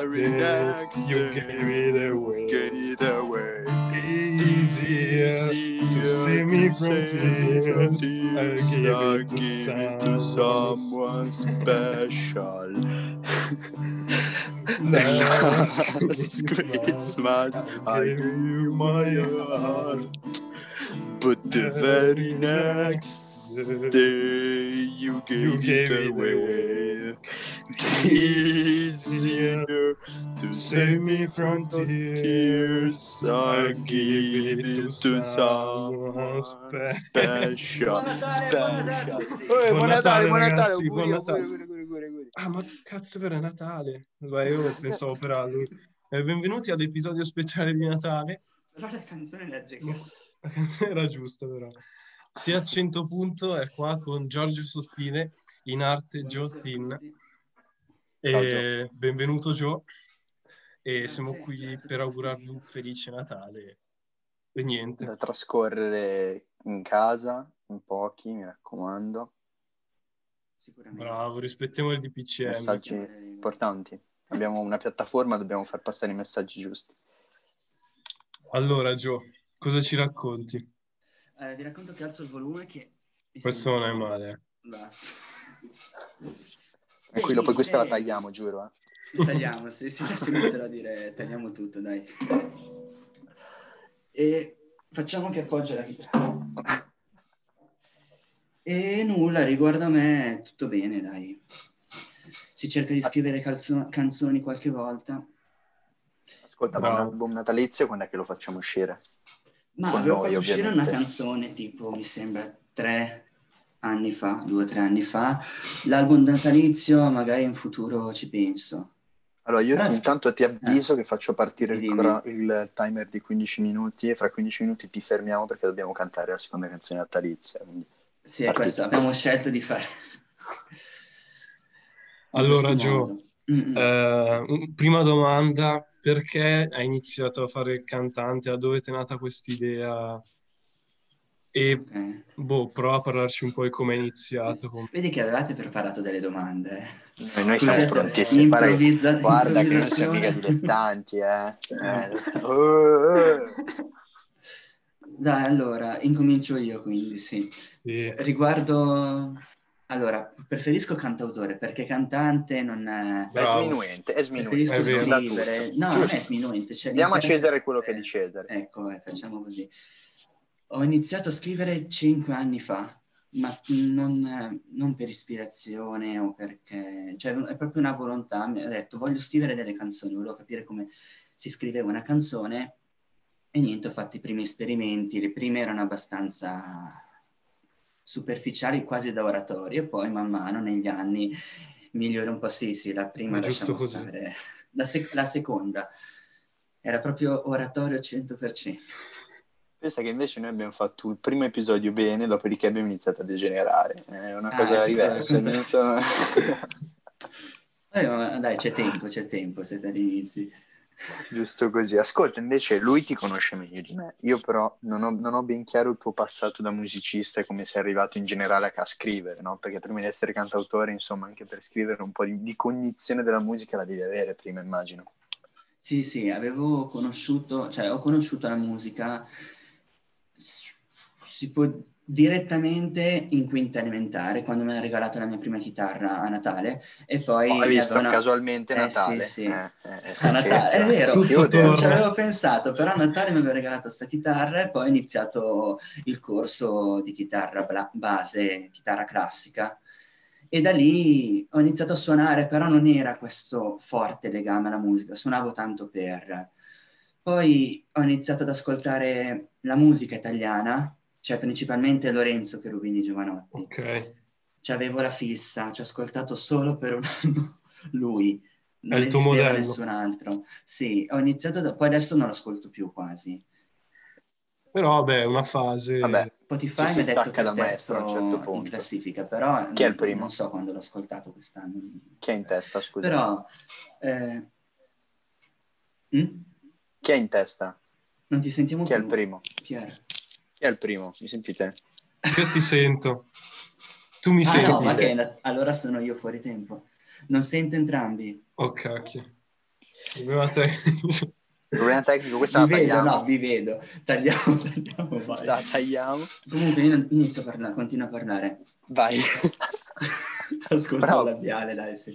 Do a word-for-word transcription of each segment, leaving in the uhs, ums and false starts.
very next you day, gave it away. gave it away. Easier to save me from tears, I gave I it to give it to someone someone special. Last Last Christmas I gave you my heart, but the very next day you gave it away. Easier to save me from tears, I give it to someone special. Special. Buon Buon Natale, Natale, buon Natale, ragazzi, buon auguri, Natale. auguri, auguri, auguri, auguri. Ah, ma cazzo, per Natale? Beh, io pensavo per Halloween. Eh, benvenuti all'episodio speciale di Natale. Però la canzone l'ha azzeccata. La canzone era giusta, però. Si a cento punto è qua con Giorgio Sottile, in arte Joe Buonasera a Thin. tutti. Ciao, E Gio. benvenuto Joe. E Grazie, siamo qui grazie per per augurarvi questa un felice Natale. E niente. Da trascorrere in casa, in pochi, mi raccomando. Sicuramente. Bravo, rispettiamo il D P C M. Messaggi importanti. Abbiamo una piattaforma, dobbiamo far passare i messaggi giusti. Allora, Joe, cosa ci racconti? Eh, vi racconto che alzo il volume che... mi Questo sento- non è male. Basta. Tranquillo, poi questa la Eh, tagliamo, giuro. Eh. Tagliamo, se sì, adesso inizierò a dire tagliamo tutto, dai. E facciamo che appoggio la chitarra. E nulla, riguardo a me, tutto bene, dai. Si cerca di scrivere calzo- canzoni qualche volta. Ascolta, ma un Bravo. album natalizio quando è che lo facciamo uscire? Ma Con avevo noi, fatto uscire ovviamente. una canzone tipo, mi sembra, tre anni fa, due o tre anni fa. L'album natalizio, magari in futuro ci penso. Allora, io Però ti, s- intanto ti avviso eh, che faccio partire il, dimmi. cora- il timer di quindici minuti e fra quindici minuti ti fermiamo perché dobbiamo cantare la seconda canzone natalizia. Quindi Sì, è partito. questo, abbiamo scelto di fare. In Allora, questo Joe, modo. Mm-mm. eh, un- prima domanda, perché hai iniziato a fare il cantante? Da dove ti è nata quest'idea? E, Ok. boh, prova a parlarci un po' di come hai iniziato. com- Vedi che avevate preparato delle domande. Noi, noi Così siamo a- prontissimi. Guarda che- improvvisa- guarda che non siamo mica improvvisazione. dilettanti, eh. eh. Oh, oh. Dai, allora, incomincio io quindi, sì. Sì. Riguardo... Allora, preferisco cantautore perché cantante non è... È Bravo. sminuente, è sminuente. Preferisco È vero. Non dà scrivere. tutto. No, non è Giusto. sminuente. Cioè Diamo a l'interprete- Cesare quello che è di Cesare. Ecco, eh, facciamo così. Ho iniziato a scrivere cinque anni fa, ma non, eh, non per ispirazione o perché... Cioè, è proprio una volontà. Mi ho detto, voglio scrivere delle canzoni, volevo capire come si scriveva una canzone e niente, ho fatto i primi esperimenti. Le prime erano abbastanza superficiali, quasi da oratorio, e poi man mano negli anni migliore un po'. Sì, sì, la prima Ma giusto lasciamo così. stare. La, sec- la seconda era proprio oratorio cento per cento. Pensa che invece noi abbiamo fatto il primo episodio bene, dopodiché abbiamo iniziato a degenerare. È una Ah, cosa è diversa. È tutto- venuto... Eh, ma dai, c'è tempo, c'è tempo, siete agli inizi. Giusto così. Ascolta, invece lui ti conosce meglio di me. Io però non ho, non ho ben chiaro il tuo passato da musicista e come sei arrivato in generale a scrivere, no? Perché prima di essere cantautore, insomma, anche per scrivere un po' di, di cognizione della musica la devi avere prima, immagino. Sì, sì, avevo conosciuto, cioè ho conosciuto la musica, si può direttamente in quinta elementare, quando mi hanno regalato la mia prima chitarra a Natale, e poi Oh, hai ne visto? avevano- Casualmente Eh, Natale. sì, sì. Eh, eh, A Natale, è vero, Tutto Io ho detto. non ci torna. avevo pensato, però a Natale mi aveva regalato sta chitarra e poi ho iniziato il corso di chitarra bla- base, chitarra classica. E da lì ho iniziato a suonare, però non era questo forte legame alla musica, suonavo tanto per... Poi ho iniziato ad ascoltare la musica italiana, cioè principalmente Lorenzo Cherubini Giovanotti. Ok. Cioè avevo la fissa, ci ho ascoltato solo per un anno lui, non È il tuo esisteva modello. nessun altro. Sì, ho iniziato da... poi adesso non lo ascolto più quasi. Però, vabbè, è una fase... Vabbè, ci Spotify si mi ha detto stacca che è dal maestro a un certo terzo in punto. classifica, però Chi è il non, primo? non so quando l'ho ascoltato quest'anno. Chi è in testa, scusa? Però... eh, mm? Chi è in testa? Non ti sentiamo Chi è più. il primo? Chi era? Chi è il primo? Mi sentite? Io ti sento. Tu mi Ah senti? no, ma sentite? che allora sono io fuori tempo. Non sento entrambi. Oh, cacchio. Problema tecnico. Problema tecnico, questa Vi la vedo, tagliamo. no, vi vedo. Tagliamo, tagliamo, vai. Questa la tagliamo. Comunque io inizio a parlare, continuo a parlare. Vai. Ascolto il Bravo. labiale, dai, sì.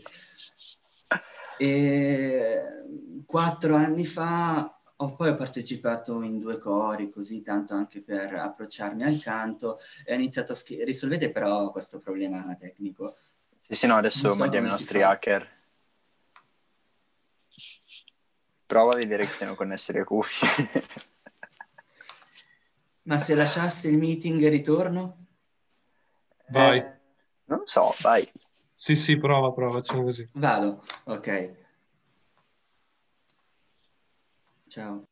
E quattro anni fa ho poi ho partecipato in due cori, così tanto anche per approcciarmi al canto e ho iniziato a scrivere. Risolvete però questo problema tecnico. Sì, sì, no, adesso Non so mandiamo i come si nostri fa. hacker. Prova a vedere che siano connessi le cuffie. Ma se lasciassi il meeting ritorno? Vai. Eh, non lo so, vai. Sì, sì, prova, prova, facciamo così. Vado, ok. Ciao.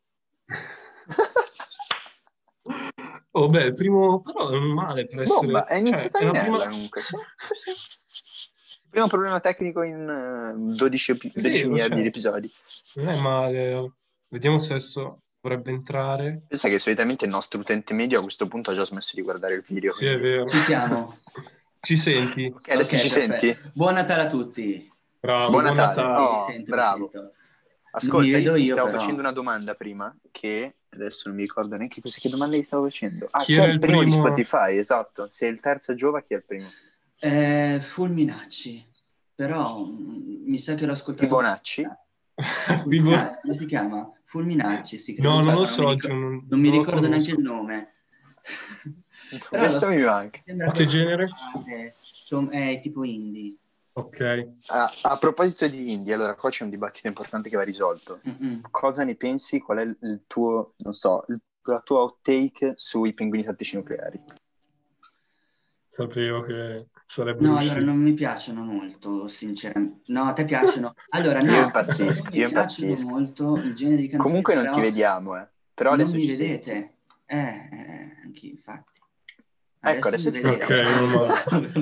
Oh, beh, il primo, però non male per essere... Bomba, è cioè, iniziata è la Minella prima... comunque. Sì, sì, sì. Primo problema tecnico in eh, dodici, epi- È dodici vero, miliardi cioè, di episodi. non è male. Vediamo se adesso dovrebbe entrare. Pensa che solitamente il nostro utente medio a questo punto ha già smesso di guardare il video. Sì, è quindi- vero. Ci siamo. Ci senti? Ok, adesso Ok, ci perfetto. senti? Buon Natale a tutti. Bravo, Sì, Buon buon Natale. Natale. mi Oh, sento, bravo. mi sento. Non mi Ascolta, vedo io ti io, stavo però. facendo una domanda prima, che adesso non mi ricordo neanche cosa, che domanda gli stavo facendo. Ah, Chi chi è era il il primo di primo? Spotify? Esatto. Se è il terzo a Giova, chi è il primo? Eh, Fulminacci, però mm, mi sa che l'ho ascoltato. Fibonacci? Vivo- Fulminacci, come si chiama? Fulminacci, sì, credo. No, non lo Infatti so, mi, cioè, ricor- non, non mi non lo ricordo neanche conosco. il nome. Però Questo lo- mi manca. sembra Ma che questo genere? cantante, Tom- è tipo indie. Ok. A, a proposito di indie, allora qua c'è un dibattito importante che va risolto. Mm-mm. Cosa ne pensi? Qual è il, il tuo, non so, il- la tua outtake sui pinguini tattici nucleari? Sapevo che sarebbero No, allora usciti. non mi piacciono molto, sinceramente. No, a te piacciono? Allora, Io no, impazzisco, non mi io piacciono impazzisco. molto il genere di canzoni, Comunque non ti però vediamo, eh. Però non adesso mi ci senti. vedete. Eh, eh, anche infatti. Ecco, Adesso mi adesso ti Ok, vedete. non male.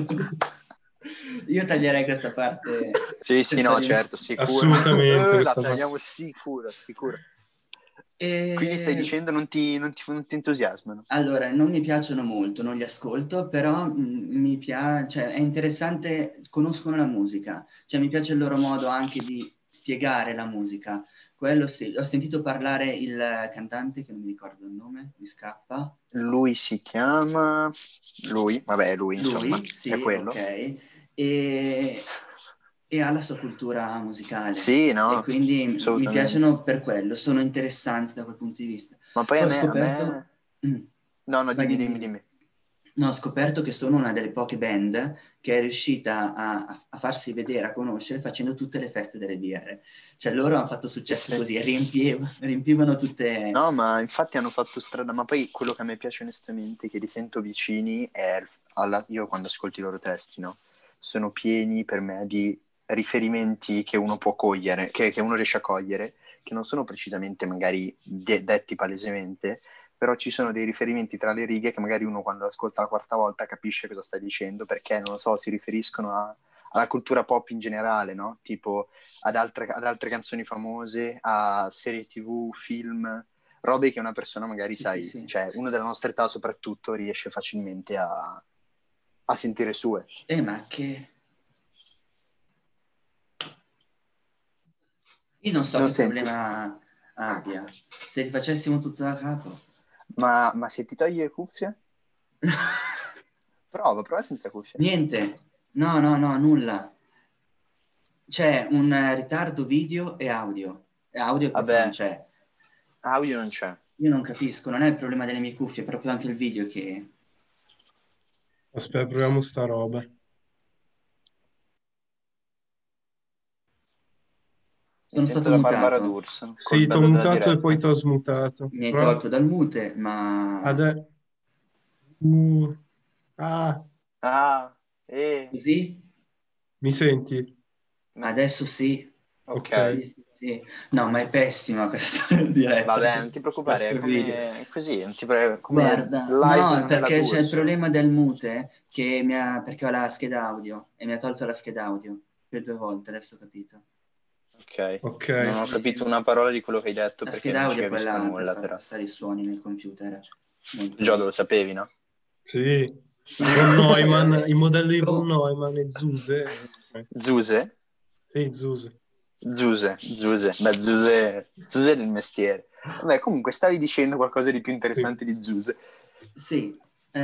Io taglierei questa parte Sì, sì, senza no, rim- certo, sicuro. Assolutamente, Eh, la questa fa- tagliamo sicuro, sicuro. E... Quindi stai dicendo non ti, non ti, non ti entusiasmano? Allora, non mi piacciono molto, non li ascolto, però mm, mi piace, cioè, è interessante, conoscono la musica, cioè mi piace il loro modo anche di spiegare la musica. Quello sì, ho sentito parlare il cantante, che non mi ricordo il nome, mi scappa. Lui si chiama... Lui? Vabbè, lui, insomma, Lui, sì, è quello. ok, e, e ha la sua cultura musicale. Sì, no, E quindi mi assolutamente. piacciono per quello, sono interessanti da quel punto di vista. Ma poi Poi a ho me... A scoperto... me... Mm, No, no, vai, dimmi, dimmi, dimmi, dimmi. dimmi. No, ho scoperto che sono una delle poche band che è riuscita a, a- a farsi vedere, a conoscere, facendo tutte le feste delle birre. Cioè loro hanno fatto successo Sì. così, riempiv- riempivano tutte... No, ma infatti hanno fatto strada, ma poi quello che a me piace onestamente, che li sento vicini, è alla... io quando ascolto i loro testi, no? Sono pieni per me di riferimenti che uno può cogliere, che, che uno riesce a cogliere, che non sono precisamente magari de- detti palesemente, però ci sono dei riferimenti tra le righe che magari uno quando ascolta la quarta volta capisce cosa stai dicendo, perché, non lo so, si riferiscono a- alla cultura pop in generale, no? Tipo ad altre, ad altre canzoni famose, a serie tv, film, robe che una persona magari, Sì, sai, sì, sì. cioè uno della nostra età soprattutto riesce facilmente a, a sentire sue. Eh, ma che... Io non so Non che senti? problema abbia. Se li facessimo tutto da capo... Ma, ma se ti togli le cuffie? Prova, prova senza cuffie. Niente. No, no, no, nulla. C'è un eh, ritardo video e audio. E audio proprio non Vabbè, c'è. audio non c'è. Io non capisco, non è il problema delle mie cuffie, è proprio anche il video che... Aspetta, proviamo sta roba. Sono Mi sento stato da Barbara mutato. D'Urso. Sì, Col ti ho bello della mutato e diretta. poi ti ho smutato. Mi hai Prova- tolto dal mute, ma Ade- Uh, ah, Ah, eh, così? mi senti? Adesso sì. ok. Ok. Sì, sì, sì. No, ma è pessima questa diretta. Vabbè, non ti preoccupare, è Questo video. come è così, non ti pre- come Guarda, live no, nella perché c'è il D'Urso. problema del mute che mi ha, perché ho la scheda audio e mi ha tolto la scheda audio per due volte, adesso ho capito. Ok, Ok. non ho capito una parola di quello che hai detto La perché scheda non ci audio è capisco quella per nulla, far però. passare i suoni nel computer. Molto Già lo sapevi, no? Sì. Von Neumann, il modello di von Com- Neumann e Zuse. Eh, Zuse? Sì, Zuse. Zuse, Zuse, beh, Zuse, Zuse del mestiere. Vabbè, comunque stavi dicendo qualcosa di più interessante Sì. di Zuse. Sì,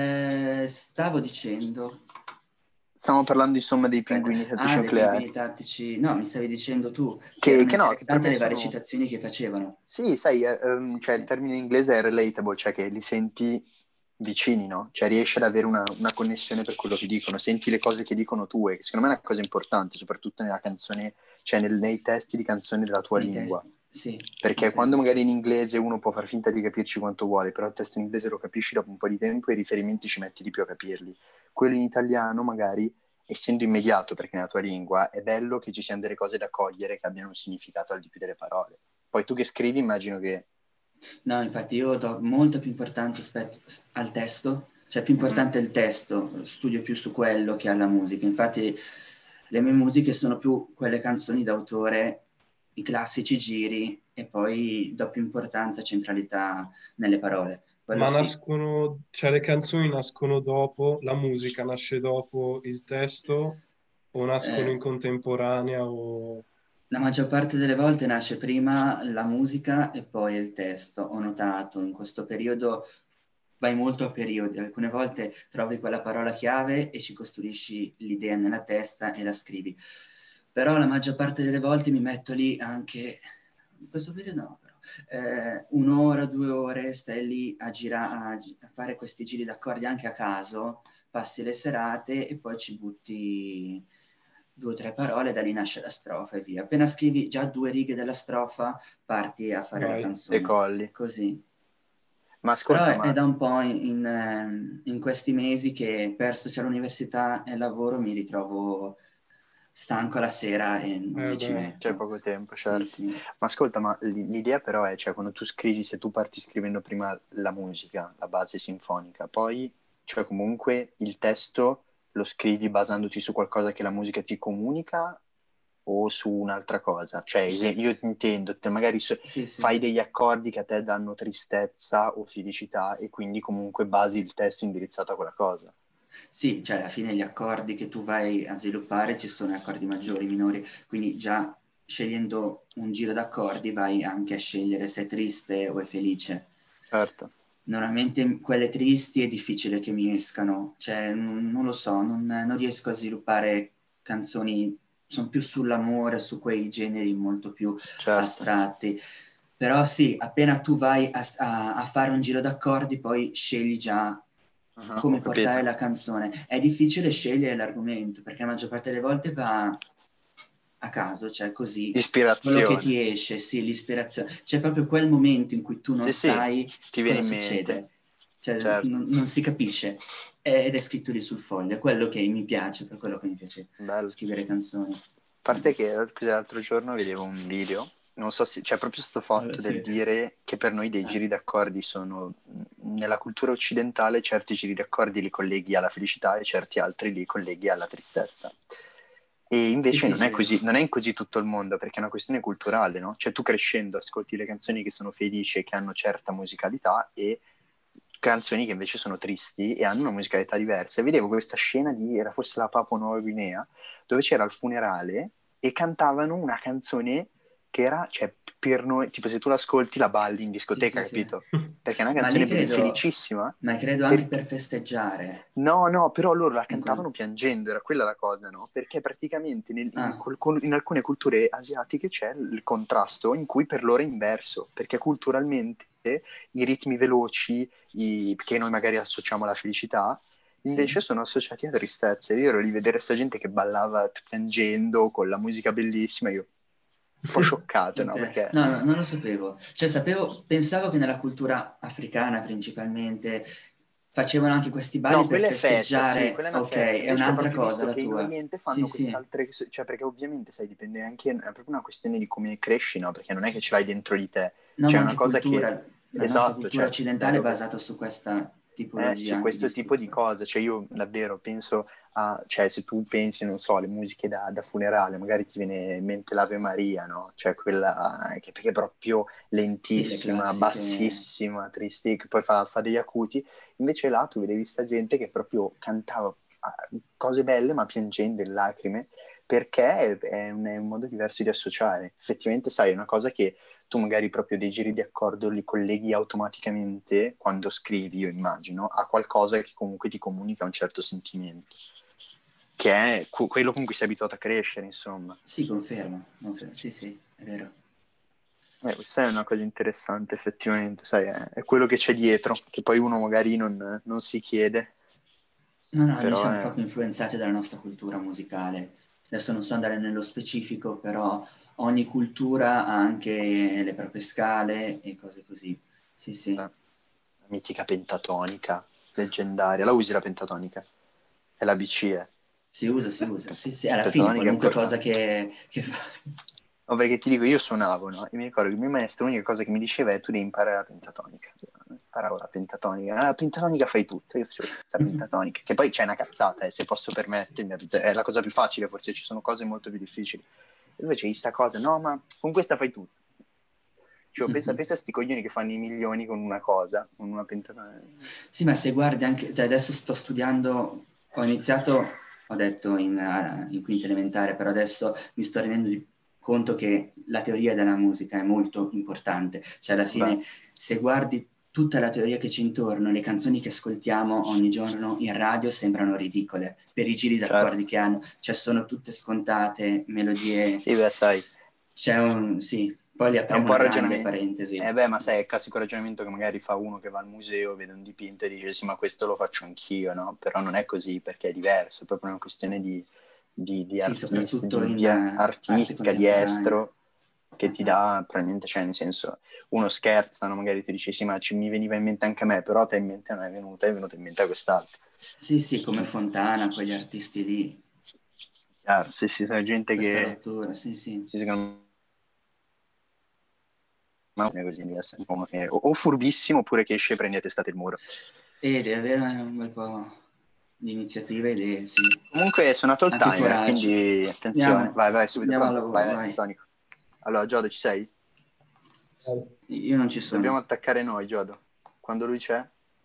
eh, stavo dicendo... Stiamo parlando insomma dei Aspetta. pinguini tattici Ah, dei nucleari. pinguini tattici. No, mi stavi dicendo tu che Che, erano che no, che per interessanti me le varie sono... citazioni che facevano. Sì, sai, eh, ehm, Sì, cioè il sì. termine in inglese è relatable, cioè che li senti vicini, no? Cioè riesci ad avere una, una connessione per quello che dicono, senti le cose che dicono tu, e che secondo me è una cosa importante, soprattutto nella canzone, cioè nel- nei testi di canzoni della tua Nei lingua. testi. Sì, Perché quando confermo. magari in inglese uno può far finta di capirci quanto vuole, però il testo in inglese lo capisci dopo un po' di tempo e i riferimenti ci metti di più a capirli. Quello in italiano magari, essendo immediato perché nella tua lingua, è bello che ci siano delle cose da cogliere che abbiano un significato al di più delle parole. Poi tu che scrivi immagino che... No, infatti io do molta più importanza aspetto, al testo, cioè più Mhm. importante il testo, studio più su quello che alla musica. Infatti le mie musiche sono più quelle canzoni d'autore, i classici giri e poi do più importanza e centralità nelle parole. Quello Ma sì. nascono, cioè le canzoni nascono dopo, la musica nasce dopo il testo o nascono Eh, in contemporanea o... La maggior parte delle volte nasce prima la musica e poi il testo. Ho notato in questo periodo vai molto a periodi. Alcune volte trovi quella parola chiave e ci costruisci l'idea nella testa e la scrivi. Però la maggior parte delle volte mi metto lì anche, in questo periodo no, però, eh, un'ora, due ore, stai lì a, gira- a, a fare questi giri d'accordi anche a caso, passi le serate e poi ci butti due o tre parole, da lì nasce la strofa e via. Appena scrivi già due righe della strofa, parti a fare la Vai. canzone. Decolli. Così. Ma Però ascolta, è, è ma da un po' in, in, ehm, in questi mesi che perso tra l'università e il lavoro mi ritrovo stanco la sera e non Eh mi ci beh, c'è metto. poco tempo, Sì, certo. sì. Ma ascolta, ma l- l'idea però è, cioè, quando tu scrivi, se tu parti scrivendo prima la musica, la base sinfonica, poi, cioè, comunque il testo lo scrivi basandoti su qualcosa che la musica ti comunica o su un'altra cosa? Cioè, ese- io intendo, te magari so- Sì, sì. fai degli accordi che a te danno tristezza o felicità e quindi comunque basi il testo indirizzato a quella cosa. Sì, cioè alla fine gli accordi che tu vai a sviluppare ci sono accordi maggiori, minori, quindi già scegliendo un giro d'accordi vai anche a scegliere se è triste o è felice. Certo. Normalmente quelle tristi è difficile che mi escano, cioè non, non lo so, non, non riesco a sviluppare canzoni, sono più sull'amore, su quei generi molto più Certo. astratti. Però sì, appena tu vai a, a- a fare un giro d'accordi, poi scegli già Ah, ho come portare capito. la canzone. È difficile scegliere l'argomento, perché la maggior parte delle volte va a caso, cioè così, quello che Ispirazione. ti esce, sì, l'ispirazione. C'è proprio quel momento in cui tu non Sì, sì, sai ti viene cosa in mente. succede, cioè Certo. non, non si capisce ed è scritto lì sul foglio, è quello che mi piace, per quello che mi piace Bello. scrivere canzoni. A Mm. parte che cos'è, l'altro giorno vedevo un video, non so se c'è proprio questo Eh, fatto del sì. dire che per noi dei Eh, giri d'accordi sono, nella cultura occidentale, certi giri d'accordi li colleghi alla felicità e certi altri li colleghi alla tristezza. E Sì, invece sì, non è sì, così, non è in così tutto il mondo, perché è una questione culturale, no? Cioè tu crescendo ascolti le canzoni che sono felici e che hanno certa musicalità e canzoni che invece sono tristi e hanno una musicalità diversa. E vedevo questa scena di, era forse la Papua Nuova Guinea, dove c'era il funerale e cantavano una canzone che era, cioè, per noi, tipo se tu l'ascolti la balli in sì, discoteca, sì, sì. capito? Perché è una Ma lì canzone be- credo, felicissima. ma credo anche Per... per festeggiare. No, no, però loro la In quel... cantavano piangendo, era quella la cosa, no? Perché praticamente nel- in, Ah, col- col- in alcune culture asiatiche c'è il contrasto in cui per loro è inverso, perché culturalmente i ritmi veloci, i- che noi magari associamo alla felicità, invece sì. sono associati a tristezza. Io ero lì a vedere sta gente che ballava piangendo con la musica bellissima, io un po' scioccato, no? Ok, Perché no, no, non lo sapevo. Cioè, sapevo, pensavo che nella cultura africana principalmente facevano anche questi balli no, per quella è festa, sì, festeggiare. quella è una Ok, festa. è Invece ho un'altra proprio cosa visto la che in tua. Oriente Sì, fanno sì. quest'altre, cioè perché ovviamente, sai, dipende anche, è proprio una questione di come cresci, no? Perché non è che ce l'hai dentro di te, No, c'è ma una anche cosa che, cultura. La nostra esatto, cultura cioè da occidentale è dove... basata su questa Eh, tipologia su anche di questo tipo di scrittura. cose, cioè io davvero penso a, cioè se tu pensi, non so, alle musiche da, da funerale, magari ti viene in mente l'Ave Maria, no? Cioè quella che, che è proprio Sì, le lentissima, classiche. bassissima, tristi, che poi fa, fa degli acuti, invece là tu vedevi sta gente che proprio cantava ah, cose belle ma piangendo in lacrime, perché è un, è un modo diverso di associare. Effettivamente, sai, è una cosa che tu magari proprio dei giri di accordo li colleghi automaticamente quando scrivi, io immagino, a qualcosa che comunque ti comunica un certo sentimento, che è cu- quello con cui sei abituato a crescere, insomma. Sì, confermo, confermo. Sì, sì, è vero. Eh, questa è una cosa interessante, effettivamente, sai, è, è quello che c'è dietro, che poi uno magari non, non si chiede, No, no, noi però siamo è... proprio influenzati dalla nostra cultura musicale. Adesso non so andare nello specifico, però ogni cultura ha anche le proprie scale e cose così. Sì, sì. La mitica pentatonica, leggendaria. La usi la pentatonica? È l'A B C, eh. Si usa, si usa. Sì, sì, alla fine Pentatonica è qualunque cosa importante. che, che fa. No, perché ti dico, io suonavo, no? E mi ricordo che il mio maestro l'unica cosa che mi diceva è tu devi imparare la pentatonica. Imparavo la pentatonica. Ah, la pentatonica fai tutto. Io facevo questa pentatonica, che poi c'è una cazzata, eh, se posso permettermi. È la cosa più facile, forse ci sono cose molto più difficili. E invece c'è questa cosa, no, ma con questa fai tutto. Cioè, pensa, pensa a sti coglioni che fanno i milioni con una cosa, con una pentatonica. Sì, ma se guardi anche, cioè adesso sto studiando, ho iniziato, ho detto in, uh, in quinta elementare, però adesso mi sto rendendo di- conto che la teoria della musica è molto importante. Cioè alla fine, Beh, se guardi tutta la teoria che c'è intorno, le canzoni che ascoltiamo ogni giorno in radio sembrano ridicole per i giri d'accordi certo. che hanno, cioè sono tutte scontate, melodie, Sì, beh, sai, c'è un, sì, poi li è un apriamo po' il una grande ragionamento. parentesi. Eh beh, ma sai, è il classico ragionamento che magari fa uno che va al museo, vede un dipinto e dice sì, ma questo lo faccio anch'io, no? Però non è così, perché è diverso, è proprio una questione di, di, di, Sì, artist- soprattutto di, in di eh, arte artistica, di contemporanea. estro, che ti dà, probabilmente, cioè, nel senso, uno scherza, no? Magari ti dice sì, ma ci, mi veniva in mente anche a me, però a te in mente non è venuta, è venuta in mente a quest'altro. Sì, sì, come Fontana, quegli artisti lì, Chiaro, sì, sì, c'è gente questa che, rottura, sì, sì. sì, secondo me, è così, deve essere uno che o, o furbissimo oppure che esce e prende a testate il muro. E deve avere un bel po' di iniziativa e idee, sì. Comunque è suonato il Anche timer, coraggio. quindi attenzione. Andiamo, Vai, vai, subito andiamo al pronto. lavoro, Vai, vai, vai. Tonico. Allora, Giodo, ci sei? Io non ci Dobbiamo sono. attaccare noi, Giodo. Quando lui c'è,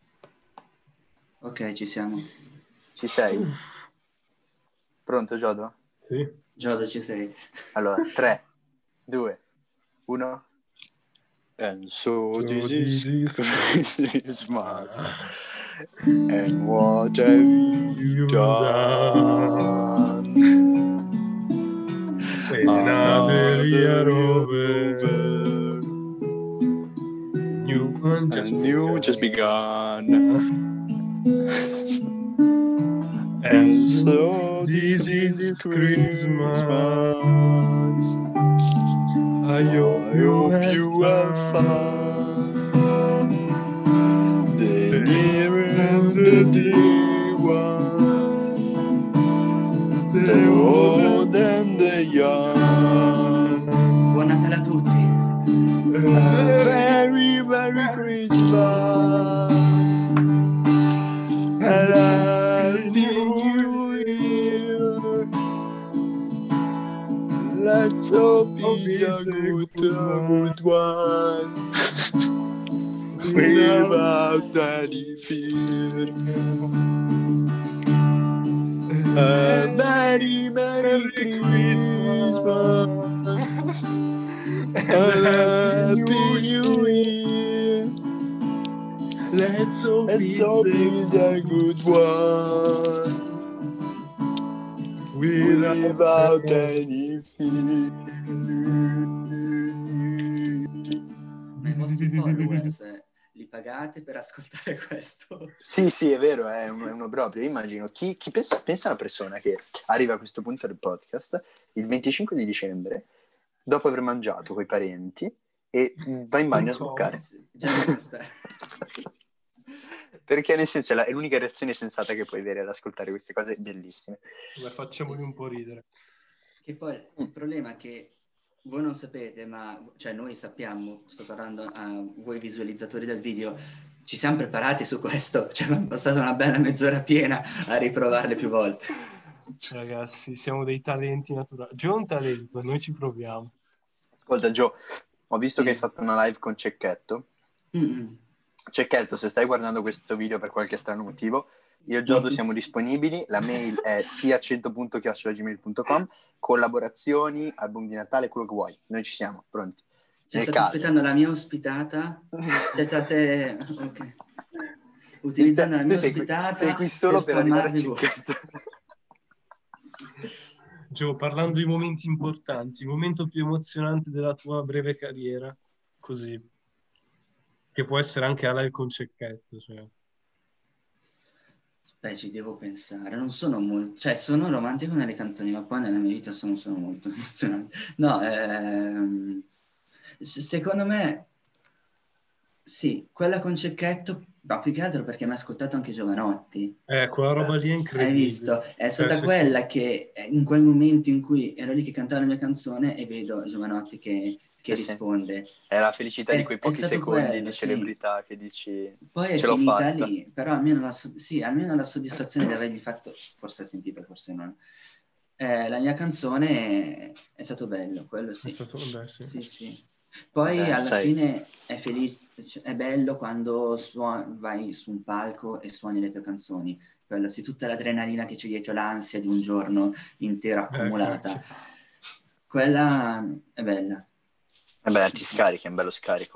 Ok, ci siamo. ci sei? Pronto, Giodo? Sì. Giorgio, ci sei. Allora, tre, due, uno. And so So this this is is Christmas. Christmas. And what have you You done? done another year Another year over. over. New one just And new just begun. begun. And And so so this this is is Christmas. Christmas. I I hope you hope had you have fun. fun. The The near and and the the dear, dear ones, the the old old and and the the young. young. Buon Natale a tutti. A A very, very, very very Christmas. and And happy Happy New New Year. Year. Let's hope Hope it's a it's a good, good a one. good one. Without Without any fear. a A very very Merry Merry Christmas Christmas. and a And Happy Happy New New Year. Year. Let's hope Let's it's hope a it's a good good one. without Without any any fear. Ma i vostri followers eh, li pagate per ascoltare questo? Sì, sì, è vero, è un, è un obbrobrio. Io immagino chi, chi pensa, pensa a una persona che arriva a questo punto del podcast il venticinque di dicembre, dopo aver mangiato coi parenti, e va in bagno a ancora. sboccare. Sì, già inizia a stare. Perché nel senso è, la- è l'unica reazione sensata che puoi avere ad ascoltare queste cose bellissime. Beh, facciamoli un po' ridere. Che poi il problema è che voi non sapete, ma cioè noi sappiamo, sto parlando a voi visualizzatori del video, ci siamo preparati su questo, cioè abbiamo passato una bella mezz'ora piena a riprovarle più volte. Ragazzi, siamo dei talenti naturali. Gio è un talento, noi ci proviamo. Ascolta, Gio, ho visto Sì. che hai fatto una live con Cecchetto. Mm-mm. Cecchetto, se stai guardando questo video per qualche strano motivo, Io e Giodo siamo disponibili, la mail è sia cento punto chiocciola gmail punto com, collaborazioni, album di Natale, quello che vuoi. Noi ci siamo, pronti. Cioè, Nel state caso. aspettando la mia ospitata? Cioè, state... ok. Utilizzando la mia tu sei qui, ospitata sei qui solo per, per arrivare a spammarvi voi. Cicchetto. Gio, parlando di momenti importanti, il momento più emozionante della tua breve carriera, così, che può essere anche a live con Cecchetto, cioè. Beh, ci devo pensare, non sono molto, cioè sono romantico nelle canzoni, ma poi nella mia vita sono, sono molto emozionante. No, ehm, se- secondo me, sì, quella con Cecchetto, ma più che altro perché mi ha ascoltato anche Giovanotti. Eh, quella roba lì è Hai incredibile. visto? È Cioè, stata sì, quella sì. che eh, in quel momento in cui ero lì che cantava la mia canzone e vedo Giovanotti che, che Sì, sì. risponde. È la felicità È, di quei è pochi stato secondi quello, di sì. celebrità che dici Poi è ce l'ho finita fatta. lì, però almeno la, so- sì, almeno la soddisfazione di avergli fatto, forse ha sentito, forse non. Eh, la mia canzone è, è stato bello, quello sì. È stato, beh, sì. Sì, sì. Poi Beh, alla sai, fine è felice, è bello quando suo- vai su un palco e suoni le tue canzoni. Quello sì, tutta l'adrenalina che c'è dietro, l'ansia di un giorno intero Beh, accumulata. cacchio. Quella è bella. eh beh, Sì, ti sì. scarichi, è un bello scarico.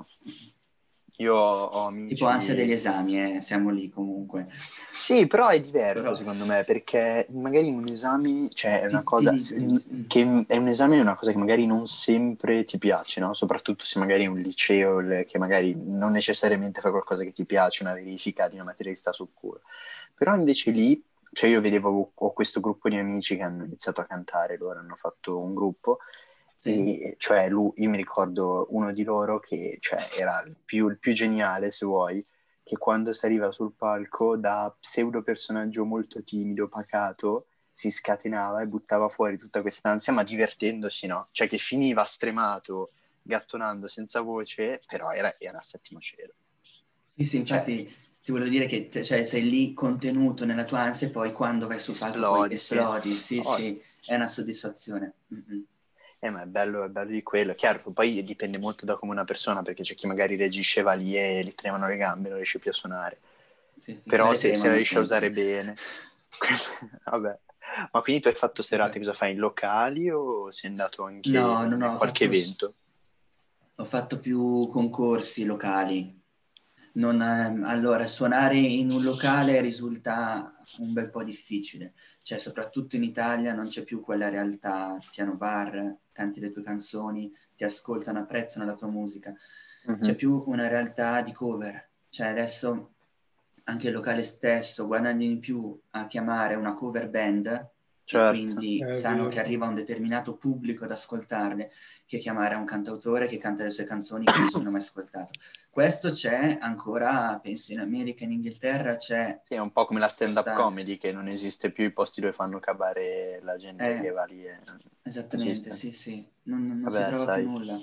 Io ho, ho Tipo ansia degli amici... esami, eh, siamo lì comunque. Sì, però è diverso Però secondo me, perché magari un esame, cioè è una ti, ti cosa, liberi. Mm. che è un esame è una cosa che magari non sempre ti piace, no? Soprattutto se magari è un liceo le- che magari non necessariamente fa qualcosa che ti piace, una verifica di una materia che sta sul culo. Però invece lì, cioè io vedevo, ho questo gruppo di amici che hanno iniziato a cantare, loro hanno fatto un gruppo, Sì. e cioè lui, io mi ricordo uno di loro che cioè, era il più, il più geniale, se vuoi, che quando saliva sul palco da pseudo personaggio molto timido, pacato, si scatenava e buttava fuori tutta quest'ansia, ma divertendosi, no? Cioè che finiva stremato, gattonando senza voce, però era, era a settimo cielo. Sì, sì, Cioè, infatti ti volevo dire che te- cioè, sei lì contenuto nella tua ansia e poi quando vai sul palco poi esplodi, sì. esplodi. Sì, Oh, sì, è una soddisfazione. Mm-mm. eh, ma è bello, è bello di quello. Chiaro, poi dipende molto da come una persona, perché c'è chi magari reagisce, va lì e gli tremano le gambe, non riesce più a suonare. Sì, sì, Però quelle se, se la tremano riesci a sempre. usare bene... Vabbè. Ma quindi tu hai fatto serate, cosa fai, in locali o sei andato No, anche no, no, in ho qualche fatto, evento? ho fatto più concorsi locali. Non, ehm, allora, suonare in un locale risulta un bel po' difficile, cioè soprattutto in Italia non c'è più quella realtà piano bar, canti le tue canzoni, ti ascoltano, apprezzano la tua musica, c'è Mhm. più una realtà di cover, cioè adesso anche il locale stesso guadagni di più a chiamare una cover band e Certo. quindi È sanno che vero. arriva un determinato pubblico ad ascoltarle, che chiamare un cantautore che canta le sue canzoni che nessuno ha mai ascoltato. Questo c'è ancora, penso in America e in Inghilterra c'è Sì, è un po' come la stand-up questa... comedy, che non esiste più i posti dove fanno cavare la gente che Eh, va lì e esattamente, esiste. sì, sì, non, non si Vabbè, trova più sai. nulla.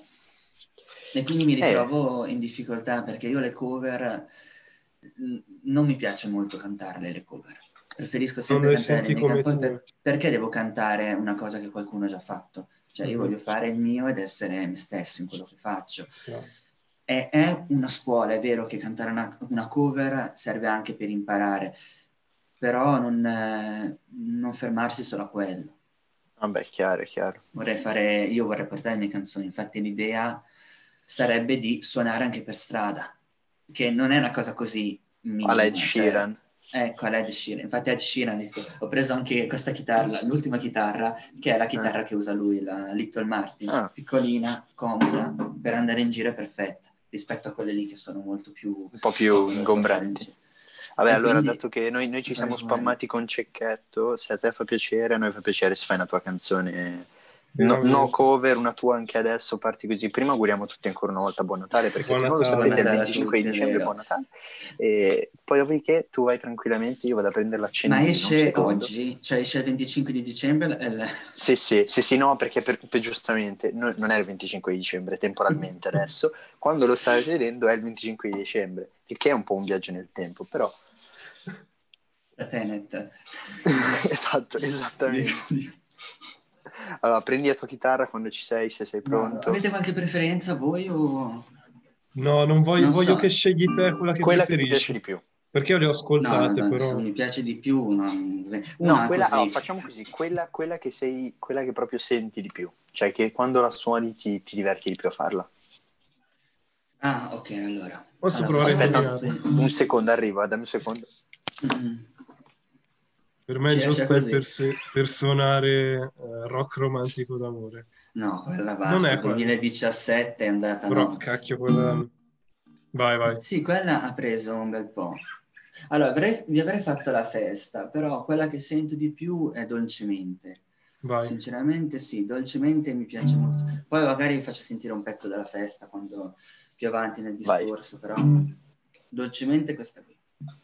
E quindi mi Eh, ritrovo in difficoltà perché io le cover mh, non mi piace molto cantarle le cover. Preferisco Non sempre le cantare le senti mie come canzoni tue. per, perché devo cantare una cosa che qualcuno ha già fatto? Cioè io Mhm. voglio fare il mio ed essere me stesso in quello che faccio. Ci sta. È, è una scuola, è vero che cantare una, una cover serve anche per imparare, però non, eh, non fermarsi solo a quello. vabbè, chiaro, è chiaro. Vorrei fare, io vorrei portare le mie canzoni, infatti l'idea sarebbe di suonare anche per strada, che non è una cosa così Alla Ed minima, cioè, Sheeran. ecco, all'Ed Sheeran, infatti Ed Sheeran, visto, ho preso anche questa chitarra, l'ultima chitarra, che è la Eh. chitarra che usa lui, la Little Martin, Ah, piccolina, comoda, per andare in giro è perfetta, rispetto a quelle lì che sono molto più un po' più scomode da portare in ingombranti. giro. Vabbè, E allora, quindi dato che noi, noi ci fare siamo quello. spammati con Cecchetto, se a te fa piacere, a noi fa piacere se fai una tua canzone, no, no Veramente. cover, una tua anche adesso, parti così. Prima auguriamo tutti ancora una volta buon Natale, perché Buon se non lo Buon sapete Natale. è il Natale a venticinque di tutti, è dicembre, vero. buon Natale. E poi dopodiché tu vai tranquillamente, io vado a prendere Ma l'accendino, un esce secondo. oggi? Cioè esce il venticinque di dicembre? il- Sì, sì, sì, sì, no, perché per, per giustamente no- non è il venticinque di dicembre, temporalmente adesso, quando lo state vedendo è il venticinque di dicembre, il che è un po' un viaggio nel tempo, però La Tenet. esatto, esattamente. Allora, prendi la tua chitarra quando ci sei, se sei No, pronto. avete qualche preferenza voi o... No, non voglio, Non voglio so. che scegli te quella che Quella che ti piace preferisci. di più. Perché le ho ascoltate, no, no, però... mi piace di più una, una No, quella, così. allora, facciamo così, quella, quella che sei, quella che proprio senti di più, cioè che quando la suoni ti, ti diverti di più a farla. Ah, ok, allora. Posso allora, provare a facciamo indovinare? così. Un secondo, arrivo, eh, dammi un secondo. Mm. Per me Ci giusto lascia è così. per, se- per suonare eh, rock romantico d'amore. No, quella Non basta, è quella. duemiladiciassette è andata Però, no. cacchio, quella... Vai, vai. Sì, quella ha preso un bel po'. Allora, avrei- vi avrei fatto la festa, però quella che sento di più è Dolcemente. Vai. Sinceramente sì, Dolcemente mi piace molto. Poi magari vi faccio sentire un pezzo della festa quando più avanti nel Vai. discorso, però Dolcemente questa qui.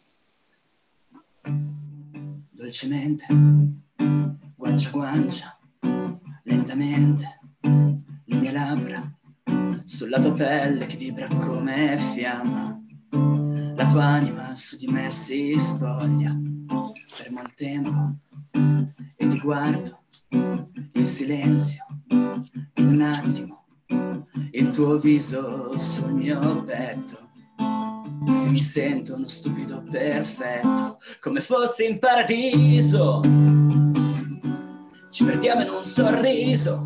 Dolcemente, guancia guancia, lentamente, le mie labbra sulla tua pelle che vibra come fiamma. La tua anima su di me si spoglia, fermo il tempo e ti guardo, il silenzio, in un attimo, il tuo viso sul mio petto. E mi sento uno stupido perfetto, come fossi in paradiso. Ci perdiamo in un sorriso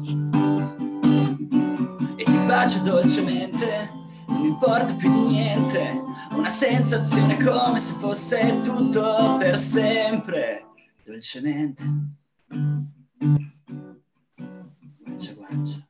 e ti bacio dolcemente, non mi importa più di niente. Una sensazione come se fosse tutto per sempre. Dolcemente, guancia guancia.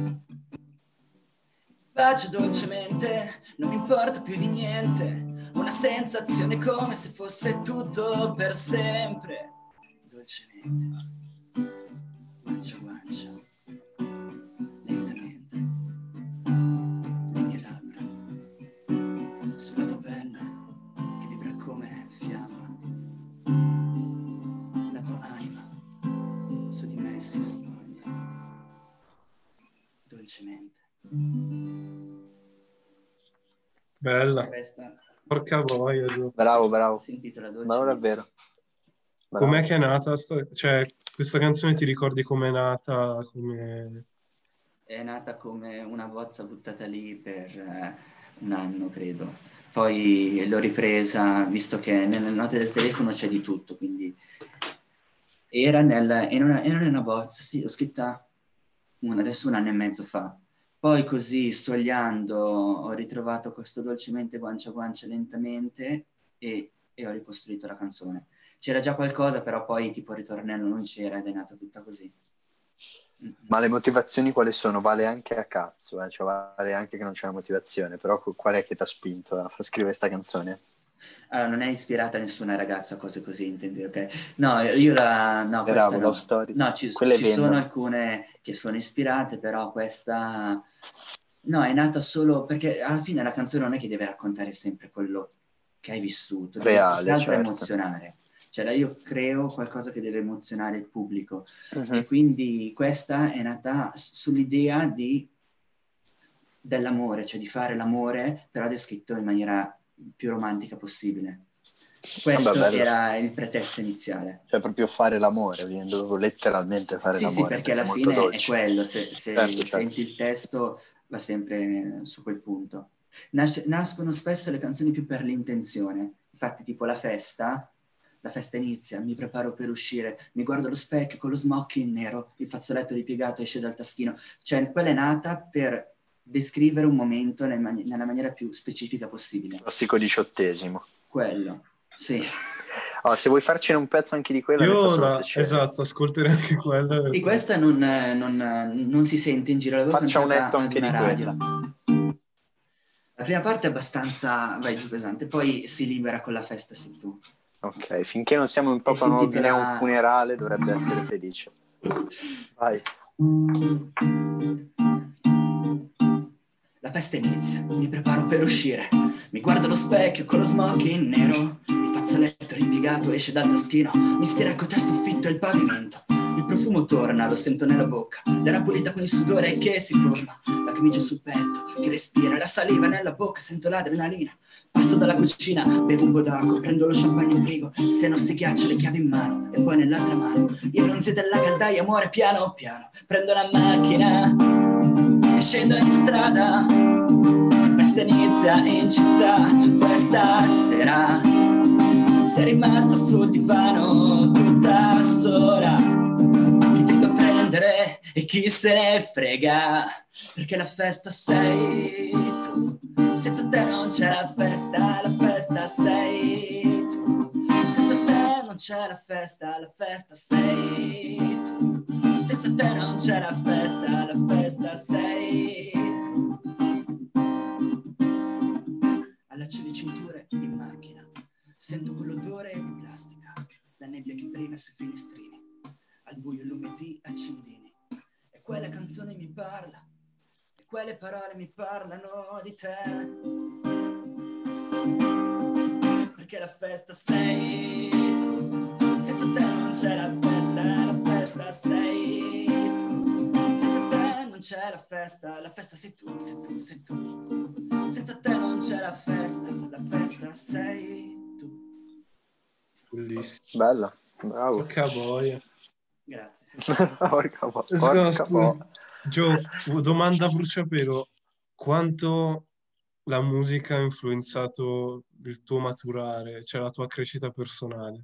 Bacio dolcemente, non mi importa più di niente. Una sensazione come se fosse tutto per sempre. Dolcemente, guancia guancia, lentamente, le mie labbra sulla tua pelle che vibra come fiamma. La tua anima su di me si spoglia. Dolcemente. Bella. Questa Porca boia, giù. Bravo, bravo. si intitola Bravo Dolcemente. davvero. Bravo. Com'è che è nata? sta- Cioè, questa canzone ti ricordi com'è nata? Come... È nata come una bozza buttata lì per eh, un anno, credo. Poi l'ho ripresa, visto che nelle note del telefono c'è di tutto, quindi era, nel, era, una, era una bozza, sì, l'ho scritta una, adesso un anno e mezzo fa. Poi così, sogliando, ho ritrovato questo dolcemente guancia guancia lentamente e, e ho ricostruito la canzone. C'era già qualcosa, però poi tipo il ritornello non c'era ed è nata tutta così. Ma le motivazioni quali sono? Vale anche a cazzo, eh? Cioè vale anche che non c'è una motivazione, però qual è che ti ha spinto a far scrivere questa canzone? Allora, non è ispirata a nessuna ragazza, cose così, intendi, ok? No, io la... No, questa Bravo, no. love story. No, ci, Quelle ci sono vendono. alcune che sono ispirate, però questa... No, è nata solo... Perché alla fine la canzone non è che deve raccontare sempre quello che hai vissuto, deve più Reale, che altro certo. emozionare. Cioè, io creo qualcosa che deve emozionare il pubblico. Uh-huh. E quindi questa è nata sull'idea di... dell'amore, cioè di fare l'amore, però descritto in maniera più romantica possibile. Questo Vabbè, era il pretesto iniziale. Cioè proprio fare l'amore, viene letteralmente fare Sì, l'amore. sì, perché alla è molto fine è dolce. quello, se, se Certo, certo. senti il testo va sempre su quel punto. Nas- nascono spesso le canzoni più per l'intenzione, infatti tipo la festa, la festa inizia, mi preparo per uscire, mi guardo allo specchio con lo smoking nero, il fazzoletto ripiegato esce dal taschino, cioè quella è nata per descrivere un momento nel mani- nella maniera più specifica possibile. Classico diciottesimo. Quello, sì. Oh, se vuoi farcene un pezzo anche di quella, mi fa Io solo la... piacere. Esatto, ascolterei anche quella. Sì, questa non, non, non si sente in giro, l'avevo Faccia un cantata netto ad anche una di radio. quella. La prima parte è abbastanza, vai giù pesante, poi si libera con la festa, sei tu. Ok, finché non siamo in E Papua si Nuova Guinea a un intitola- funerale, dovrebbe essere felice. Vai. La festa inizia, mi preparo per uscire, mi guardo allo specchio con lo smoking nero, il fazzoletto ripiegato esce dal taschino, mi stira tra il soffitto e il pavimento. Il profumo torna, lo sento nella bocca, l'aria pulita con il sudore che si forma, la camicia sul petto che respira, la saliva nella bocca, sento l'adrenalina. Passo dalla cucina, bevo un po' d'acqua, prendo lo champagne in frigo, se non si ghiaccia le chiavi in mano e poi nell'altra mano io ronzi della caldaia, muore piano piano, prendo la macchina e scendo in strada. La festa inizia in città questa sera, sei rimasta sul divano tutta sola, mi vengo a prendere e chi se ne frega, perché la festa sei tu, senza te non c'è la festa, la festa sei tu, senza te non c'è la festa, la festa sei tu, senza te non c'è la festa, la festa sei tu. Allaccio le cinture in macchina, sento quell'odore di plastica, la nebbia che brilla sui finestrini, al buio l'umidì accendini, e quella canzone mi parla, e quelle parole mi parlano di te, perché la festa sei tu, senza te non c'è la festa, la festa sei tu, senza te non c'è la festa, la festa sei tu, sei tu, sei tu, senza te non c'è la festa, la festa sei tu. Bellissimo. Bella, bravo. Porca boia. Grazie. Porca po- Scusa, porca scusa. po- Gio, domanda a bruciapelo. Quanto la musica ha influenzato il tuo maturare, cioè la tua crescita personale?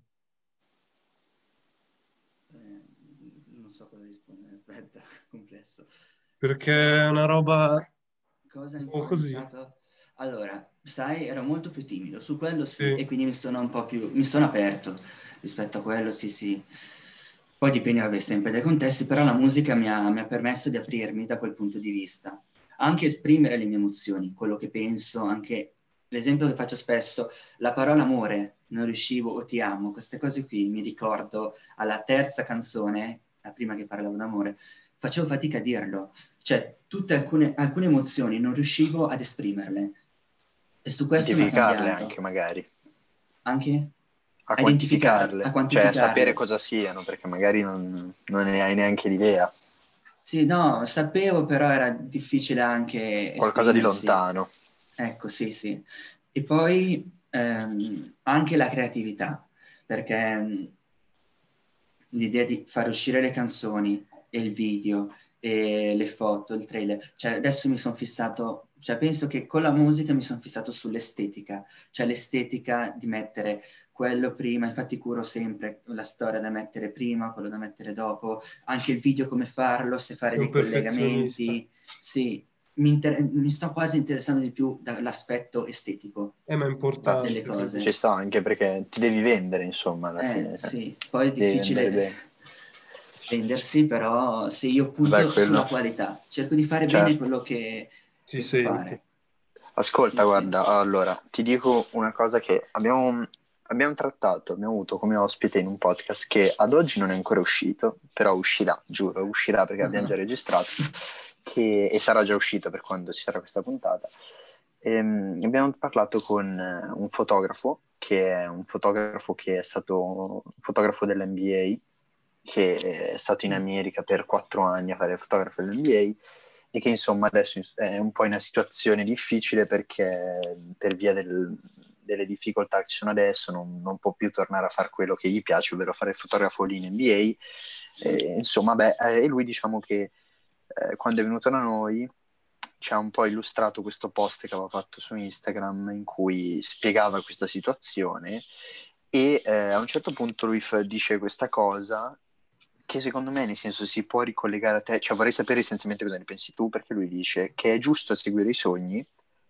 Eh, non so cosa rispondere, aspetta, complesso. Perché è una roba Cosa ha un po' così. influenzato? Allora, sai, ero molto più timido, su quello sì, Sì. e quindi mi sono un po' più, mi sono aperto rispetto a quello, sì, sì. Poi dipende, vabbè, sempre dai contesti, però la musica mi ha, mi ha permesso di aprirmi da quel punto di vista. Anche esprimere le mie emozioni, quello che penso, anche l'esempio che faccio spesso, la parola amore, non riuscivo, o ti amo, queste cose qui mi ricordo alla terza canzone, la prima che parlavo d'amore, facevo fatica a dirlo, cioè tutte alcune, alcune emozioni non riuscivo ad esprimerle e su questo mi ha Identificarle cambiato. anche magari, Anche a a identificarle, a quantificarle, cioè a sapere quantificarle. cosa siano, perché magari non, non ne hai neanche l'idea, Sì, no, sapevo, però era difficile anche qualcosa di esprimersi. lontano. Ecco, sì, sì. E poi ehm, anche la creatività, perché ehm, l'idea di far uscire le canzoni e il video e le foto, il trailer, cioè adesso mi sono fissato, cioè penso che con la musica mi sono fissato sull'estetica, cioè l'estetica di mettere quello prima, infatti curo sempre la storia da mettere prima, quello da mettere dopo, anche il video come farlo, se fare Sei un dei perfezionista. collegamenti, sì, mi, inter- mi sto quasi interessando di più dall'aspetto estetico Eh, ma è delle importante. cose. Ci sta anche perché ti devi vendere, insomma, alla Eh, fine. sì, poi è Devi vendere difficile bene. vendersi, però se io Beh, punto quello... sulla qualità, cerco di fare bene Certo. quello che, Si che so sente. fare. Ascolta, Sì, sì. guarda, allora, ti dico una cosa che abbiamo, abbiamo trattato, abbiamo avuto come ospite in un podcast che ad oggi non è ancora uscito, però uscirà, giuro, uscirà perché abbiamo già registrato, che, e sarà già uscito per quando ci sarà questa puntata. Ehm, abbiamo parlato con eh, un fotografo, che è un fotografo che è stato un fotografo dell'N B A, che è stato in America per quattro anni a fare il fotografo dell'N B A, e che insomma adesso è un po' in una situazione difficile perché per via del, delle difficoltà che ci sono adesso non, non può più tornare a fare quello che gli piace, ovvero fare il fotografo lì in N B A. E, insomma, beh, e lui diciamo che eh, quando è venuto da noi ci ha un po' illustrato questo post che aveva fatto su Instagram in cui spiegava questa situazione e eh, a un certo punto lui f- dice questa cosa che secondo me, nel senso, si può ricollegare a te, cioè vorrei sapere essenzialmente cosa ne pensi tu, perché lui dice che è giusto seguire i sogni,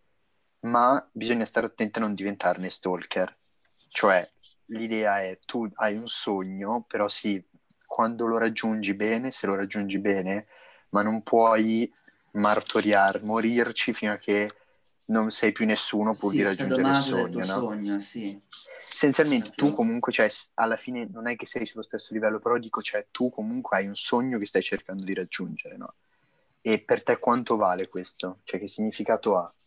ma bisogna stare attenti a non diventarne stalker. Cioè, l'idea è tu hai un sogno, però sì, quando lo raggiungi bene, se lo raggiungi bene, ma non puoi martoriare, morirci fino a che non sei più nessuno pur di Sì, raggiungere il sadomaso del tuo sogno, no? sogno, sì. Essenzialmente tu Proprio... comunque, cioè, alla fine non è che sei sullo stesso livello, però dico, cioè, tu comunque hai un sogno che stai cercando di raggiungere, no? E per te quanto vale questo? Cioè, che significato ha?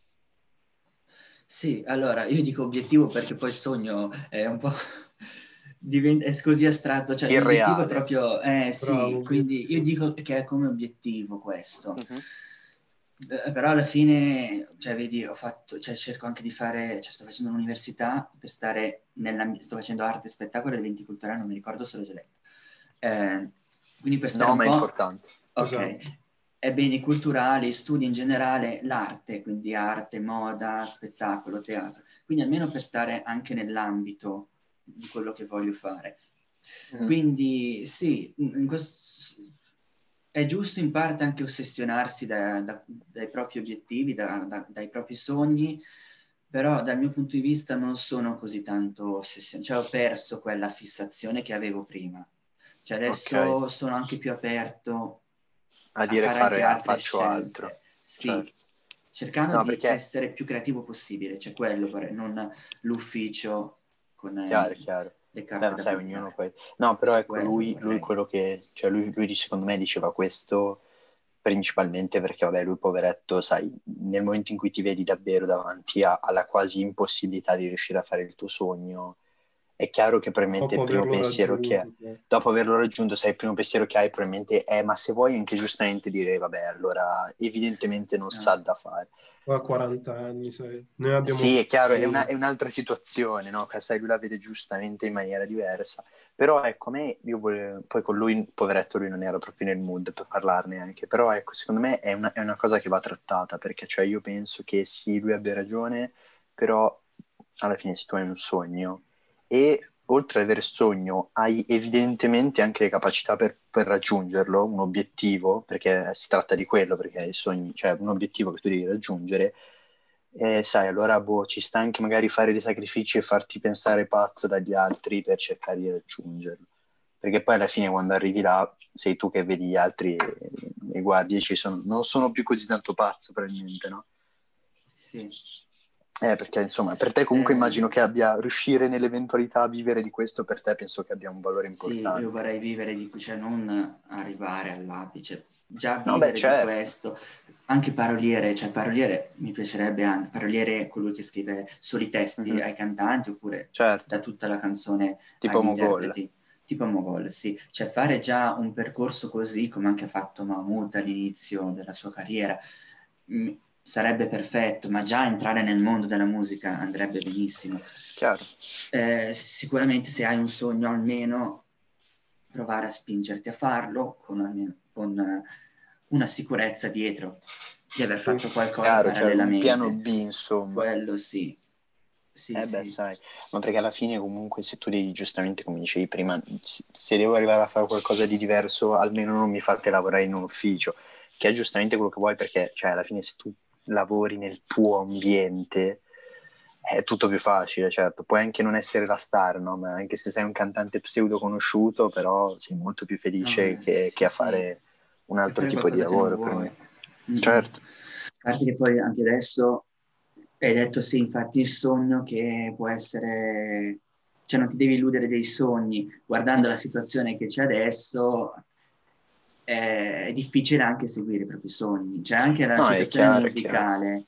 Sì, allora, io dico obiettivo perché poi il sogno è un po'... diventa, è così astratto, cioè l'obiettivo è Irreale. proprio... Eh Bravo, sì, quindi io obiettivo. dico che è come obiettivo questo. Mhm. Eh, Però alla fine, cioè, vedi, ho fatto, cioè, cerco anche di fare, cioè, sto facendo l'università per stare nella, sto facendo arte e spettacolo e eventi culturali, non mi ricordo se l'ho già detto. Eh, quindi per stare No, un ma è po', importante. ok, Esatto. e beni culturali, studi in generale l'arte, quindi arte, moda, spettacolo, teatro. Quindi almeno per stare anche nell'ambito di quello che voglio fare. Mm. Quindi sì, in questo, è giusto in parte anche ossessionarsi da, da, dai propri obiettivi, da, da, dai propri sogni, però dal mio punto di vista non sono così tanto ossessionato, cioè ho perso quella fissazione che avevo prima. Cioè adesso Ok, sono anche più aperto a a dire fare anche fare, ah, altre faccio altro. scelte, sì, Certo. cercando No, di perché, essere più creativo possibile, cioè quello, vorrei, non l'ufficio con chiaro, eh, chiaro. le Beh, carte ma da sai, ognuno buttare. poi... No, però Su ecco, quello lui, lui vorrei. quello che... Cioè, lui, lui secondo me diceva questo principalmente perché, vabbè, lui poveretto, sai, nel momento in cui ti vedi davvero davanti a- alla quasi impossibilità di riuscire a fare il tuo sogno, è chiaro che probabilmente dopo il primo averlo pensiero che hai, raggiunto. Cioè. dopo averlo raggiunto, sai, il primo pensiero che hai probabilmente è, ma se vuoi anche giustamente dire, vabbè, allora evidentemente non No. sa da fare. Qua a quaranta anni, sai. Noi abbiamo... Sì, è chiaro, è, una- sì. è un'altra situazione, no? Che sai, lui la vede giustamente in maniera diversa. Però ecco, a me, io volevo, poi con lui, poveretto, lui non era proprio nel mood per parlarne anche, però ecco, secondo me è una, è una cosa che va trattata, perché cioè io penso che sì, lui abbia ragione, però alla fine se tu hai un sogno e oltre ad avere sogno hai evidentemente anche le capacità per, per raggiungerlo, un obiettivo, perché si tratta di quello, perché i sogni, cioè un obiettivo che tu devi raggiungere, e sai, allora boh, ci sta anche magari fare dei sacrifici e farti pensare pazzo dagli altri per cercare di raggiungerlo. Perché poi alla fine quando arrivi là sei tu che vedi gli altri e, e guardi e ci sono, non sono più così tanto pazzo probabilmente, no? Sì, sì. Eh, perché insomma, per te comunque Eh, immagino che abbia riuscire nell'eventualità a vivere di questo, per te penso che abbia un valore sì, io importante. vorrei vivere di, cioè non arrivare all'apice, già No, beh, vivere di certo. questo, anche paroliere, cioè paroliere mi piacerebbe anche, paroliere è colui che scrive solo i testi Mhm. ai cantanti oppure Certo, da tutta la canzone tipo agli Mogol. interpreti, tipo Mogol, sì, cioè fare già un percorso così come anche ha fatto Mahmood all'inizio della sua carriera, mh, sarebbe perfetto, ma già entrare nel mondo della musica andrebbe benissimo. Chiaro. Eh, sicuramente se hai un sogno almeno provare a spingerti a farlo con, almeno- con eh, una sicurezza dietro di aver Sì. fatto qualcosa Chiaro, cioè un piano parallelamente. B, insomma. Quello sì, sì, Eh beh, sì, sai, ma perché alla fine comunque se tu devi, giustamente come dicevi prima, se se devo arrivare a fare qualcosa di diverso, almeno non mi fate lavorare in un ufficio, che è giustamente quello che vuoi, perché cioè, alla fine se tu lavori nel tuo ambiente è tutto più facile, certo, puoi anche non essere la star, no? Ma anche se sei un cantante pseudo conosciuto, però sei molto più no, felice eh, che, che sì, a sì, fare un per altro fare tipo di qualcosa che non lavoro, per me. vuoi. Mm-mm. Certo. A parte che poi anche adesso hai detto sì, infatti il sogno che può essere, cioè non ti devi illudere dei sogni, guardando la situazione che c'è adesso è, è difficile anche seguire i propri sogni, cioè anche la No, è situazione chiaro, è chiaro. musicale.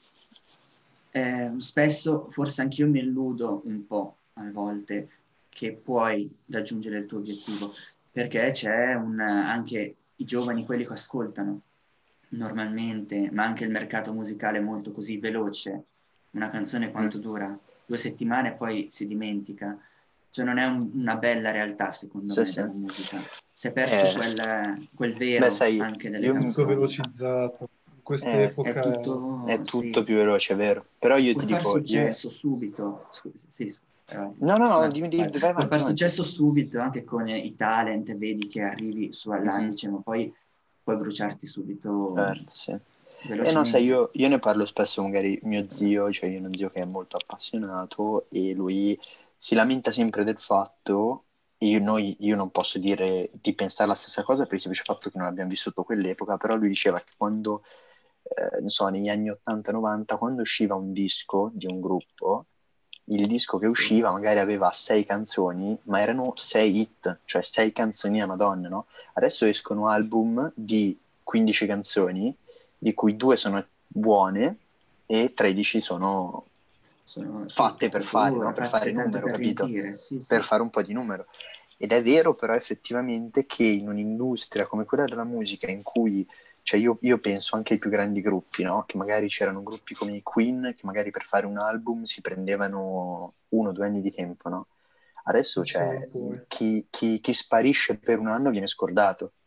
Eh, spesso, forse anch'io mi illudo un po' a volte che puoi raggiungere il tuo obiettivo, perché c'è un, anche i giovani, quelli che ascoltano normalmente, ma anche il mercato musicale è molto così veloce. Una canzone Mm. quanto dura? Due settimane e poi si dimentica. Cioè non è un- una bella realtà, secondo Sì, me, sì. della musica. Si è perso Eh, quel, quel beh, vero sai, anche delle io Tutto canzoni. velocizzato. In eh, È quest'epoca è tutto, tutto sì, più veloce, è vero. Però io puoi ti far dico, io... successo subito. Scusi, sì, scusi, vai avanti. No, no, no, Vai, dimmi, dimmi, vai. vai Puoi avanti, far avanti. successo subito anche con i talent, vedi che arrivi su Mhm. all'apice, ma poi puoi bruciarti subito Certo, sì. E no, sai, velocemente. io, io ne parlo spesso, magari mio zio, cioè io ho uno zio che è molto appassionato e lui si lamenta sempre del fatto, e io, noi, io non posso dire di pensare la stessa cosa per il semplice fatto che non abbiamo vissuto quell'epoca, però lui diceva che quando, eh, non so, negli anni ottanta novanta, quando usciva un disco di un gruppo, il disco che Sì, usciva magari aveva sei canzoni, ma erano sei hit, cioè sei canzoni a Madonna, no? Adesso escono album di quindici canzoni, di cui due sono buone e tredici sono sono, sì, fatte per fare, no? spazzatura, Per fare fatte tanto numero, per capito? riempire, sì, Per sì. fare un po' di numero. Ed è vero però effettivamente che in un'industria come quella della musica in cui, cioè io, io penso anche ai più grandi gruppi, no? Che magari c'erano gruppi come i Queen che magari per fare un album si prendevano uno o due anni di tempo, no? Adesso adesso cioè, non puoi. chi, chi, chi sparisce per un anno viene scordato.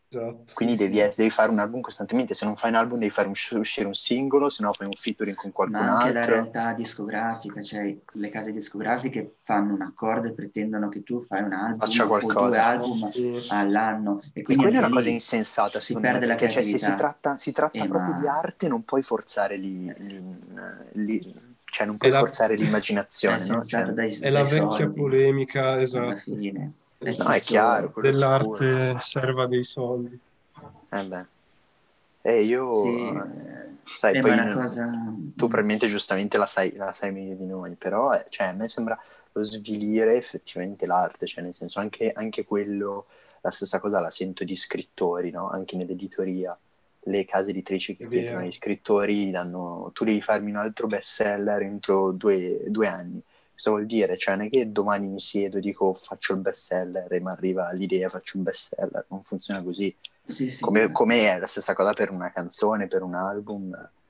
Esatto. Quindi Sì, devi, sì. es- devi fare un album costantemente. Se non fai un album devi fare un- uscire un singolo, se no fai un featuring con Ma qualcun anche la altro. realtà discografica, cioè le case discografiche fanno un accordo e pretendono che tu fai un Faccia album o due qualcosa. album Sì. all'anno e E quindi quella è anche una cosa lì insensata, si secondo me, perde la perché cioè, se si creatività. tratta, si tratta Eh, proprio di ma arte, non puoi forzare lì, lì- lì- cioè non È puoi la, forzare è l'immaginazione, no? Cioè, sensato dai, è la dai vecchia soldi, polemica, alla esatto. fine. È no, è Esatto. chiaro, tutto... quello sicuro. Dell'arte serva dei soldi. Eh beh. E Sì, io, eh, sai, eh, ma è poi una non- cosa... tu mm, probabilmente giustamente la sai, la sai meglio di noi, però eh, cioè, a me sembra lo svilire effettivamente l'arte, cioè nel senso anche, anche quello, la stessa cosa la sento di scrittori, no? Anche nell'editoria, le case editrici È che chiedono agli vero. scrittori, danno, tu devi farmi un altro bestseller entro due, due anni. Cosa vuol dire? Cioè non è che domani mi siedo e dico faccio il bestseller e mi arriva l'idea, faccio un bestseller, non funziona così. Sì, sì, Come, ma... come è la stessa cosa per una canzone, per un album,